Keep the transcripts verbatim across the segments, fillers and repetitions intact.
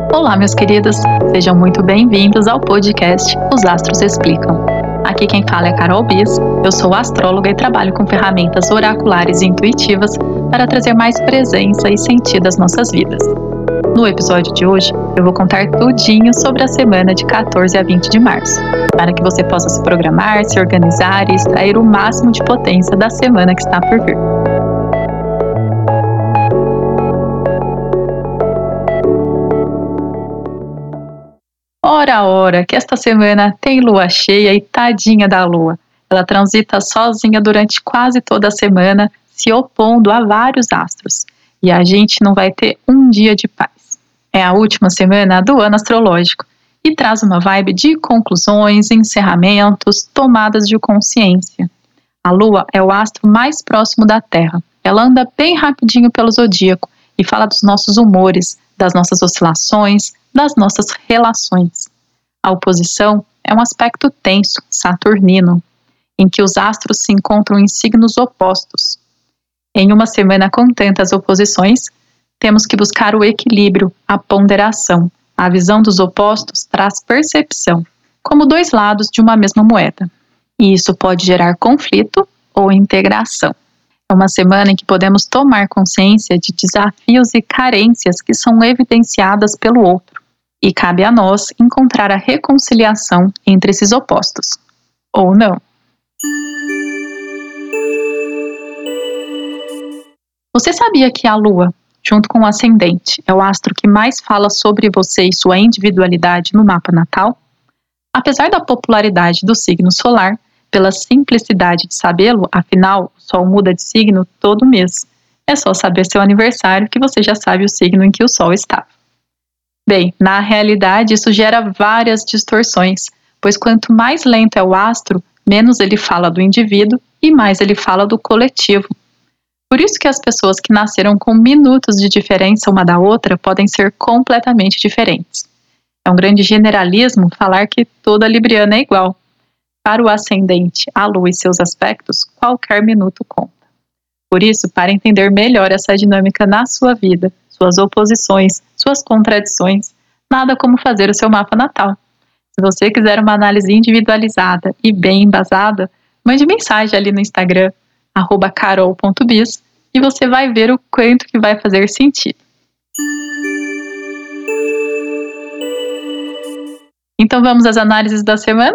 Olá, meus queridos, sejam muito bem-vindos ao podcast Os Astros Explicam. Aqui quem fala é Carol Bis, eu sou astróloga e trabalho com ferramentas oraculares e intuitivas para trazer mais presença e sentido às nossas vidas. No episódio de hoje, eu vou contar tudinho sobre a semana de quatorze a vinte de março, para que você possa se programar, se organizar e extrair o máximo de potência da semana que está por vir. Ora, ora, que esta semana tem lua cheia e tadinha da lua. Ela transita sozinha durante quase toda a semana, se opondo a vários astros. E a gente não vai ter um dia de paz. É a última semana do ano astrológico e traz uma vibe de conclusões, encerramentos, tomadas de consciência. A lua é o astro mais próximo da Terra. Ela anda bem rapidinho pelo zodíaco e fala dos nossos humores, das nossas oscilações, das nossas relações. A oposição é um aspecto tenso, saturnino, em que os astros se encontram em signos opostos. Em uma semana com tantas oposições, temos que buscar o equilíbrio, a ponderação. A visão dos opostos traz percepção, como dois lados de uma mesma moeda. E isso pode gerar conflito ou integração. É uma semana em que podemos tomar consciência de desafios e carências que são evidenciadas pelo outro. E cabe a nós encontrar a reconciliação entre esses opostos. Ou não. Você sabia que a Lua, junto com o ascendente, é o astro que mais fala sobre você e sua individualidade no mapa natal? Apesar da popularidade do signo solar, pela simplicidade de sabê-lo, afinal, o Sol muda de signo todo mês. É só saber seu aniversário que você já sabe o signo em que o Sol está. Bem, na realidade, isso gera várias distorções, pois quanto mais lento é o astro, menos ele fala do indivíduo e mais ele fala do coletivo. Por isso que as pessoas que nasceram com minutos de diferença uma da outra podem ser completamente diferentes. É um grande generalismo falar que toda libriana é igual. Para o ascendente, a lua e seus aspectos, qualquer minuto conta. Por isso, para entender melhor essa dinâmica na sua vida, suas oposições, suas contradições, nada como fazer o seu mapa natal. Se você quiser uma análise individualizada e bem embasada, mande mensagem ali no Instagram, arroba carol ponto bis, e você vai ver o quanto que vai fazer sentido. Então vamos às análises da semana?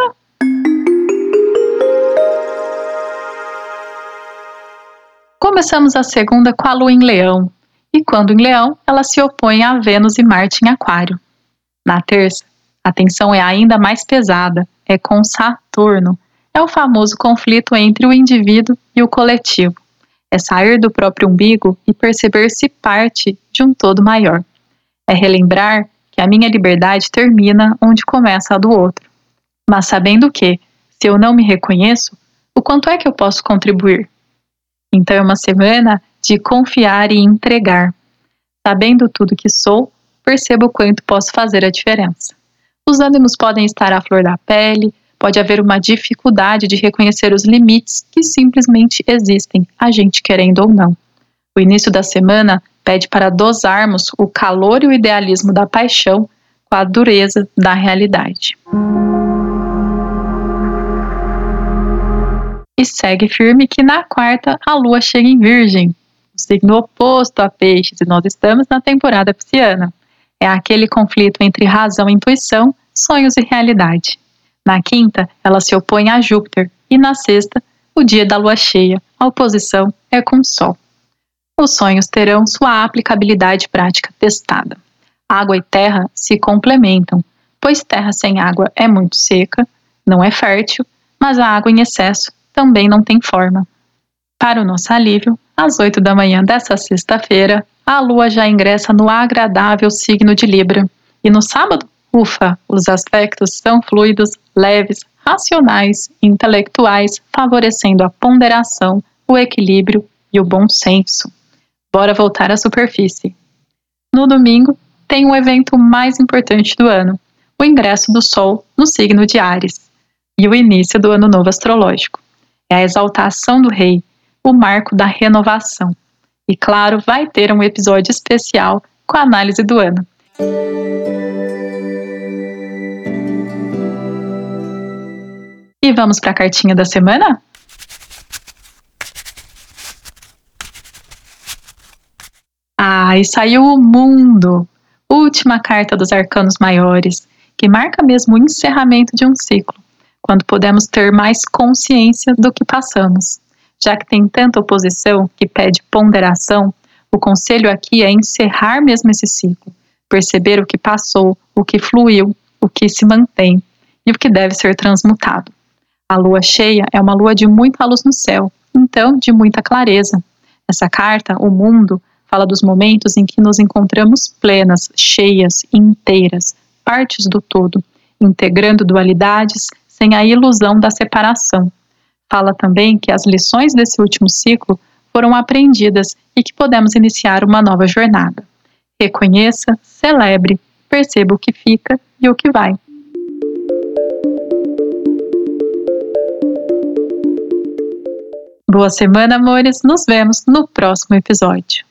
Começamos a segunda com a Lua em Leão, e quando em Leão, ela se opõe a Vênus e Marte em Aquário. Na terça, a tensão é ainda mais pesada, é com Saturno, é o famoso conflito entre o indivíduo e o coletivo. É sair do próprio umbigo e perceber-se parte de um todo maior. É relembrar que a minha liberdade termina onde começa a do outro. Mas sabendo que, se eu não me reconheço, o quanto é que eu posso contribuir? Então é uma semana de confiar e entregar. Sabendo tudo que sou, percebo o quanto posso fazer a diferença. Os ânimos podem estar à flor da pele, pode haver uma dificuldade de reconhecer os limites que simplesmente existem, a gente querendo ou não. O início da semana pede para dosarmos o calor e o idealismo da paixão com a dureza da realidade. E segue firme que na quarta a lua chega em Virgem, o signo oposto a Peixes, e nós estamos na temporada pisciana. É aquele conflito entre razão e intuição, sonhos e realidade. Na quinta, ela se opõe a Júpiter, e na sexta, o dia da lua cheia, a oposição é com o Sol. Os sonhos terão sua aplicabilidade prática testada. Água e terra se complementam, pois terra sem água é muito seca, não é fértil, mas a água em excesso também não tem forma. Para o nosso alívio, às oito da manhã dessa sexta-feira, a lua já ingressa no agradável signo de Libra. E no sábado, ufa, os aspectos são fluidos, leves, racionais, intelectuais, favorecendo a ponderação, o equilíbrio e o bom senso. Bora voltar à superfície. No domingo, tem o evento mais importante do ano, o ingresso do Sol no signo de Áries e o início do ano novo astrológico. É a exaltação do rei, o marco da renovação. E claro, vai ter um episódio especial com a análise do ano. E vamos para a cartinha da semana? Ah, e saiu o Mundo, última carta dos arcanos maiores, que marca mesmo o encerramento de um ciclo, quando podemos ter mais consciência do que passamos. Já que tem tanta oposição que pede ponderação, o conselho aqui é encerrar mesmo esse ciclo, perceber o que passou, o que fluiu, o que se mantém e o que deve ser transmutado. A lua cheia é uma lua de muita luz no céu, então de muita clareza. Essa carta, o Mundo, fala dos momentos em que nos encontramos plenas, cheias, inteiras, partes do todo, integrando dualidades sem a ilusão da separação. Fala também que as lições desse último ciclo foram aprendidas e que podemos iniciar uma nova jornada. Reconheça, celebre, perceba o que fica e o que vai. Boa semana, amores. Nos vemos no próximo episódio.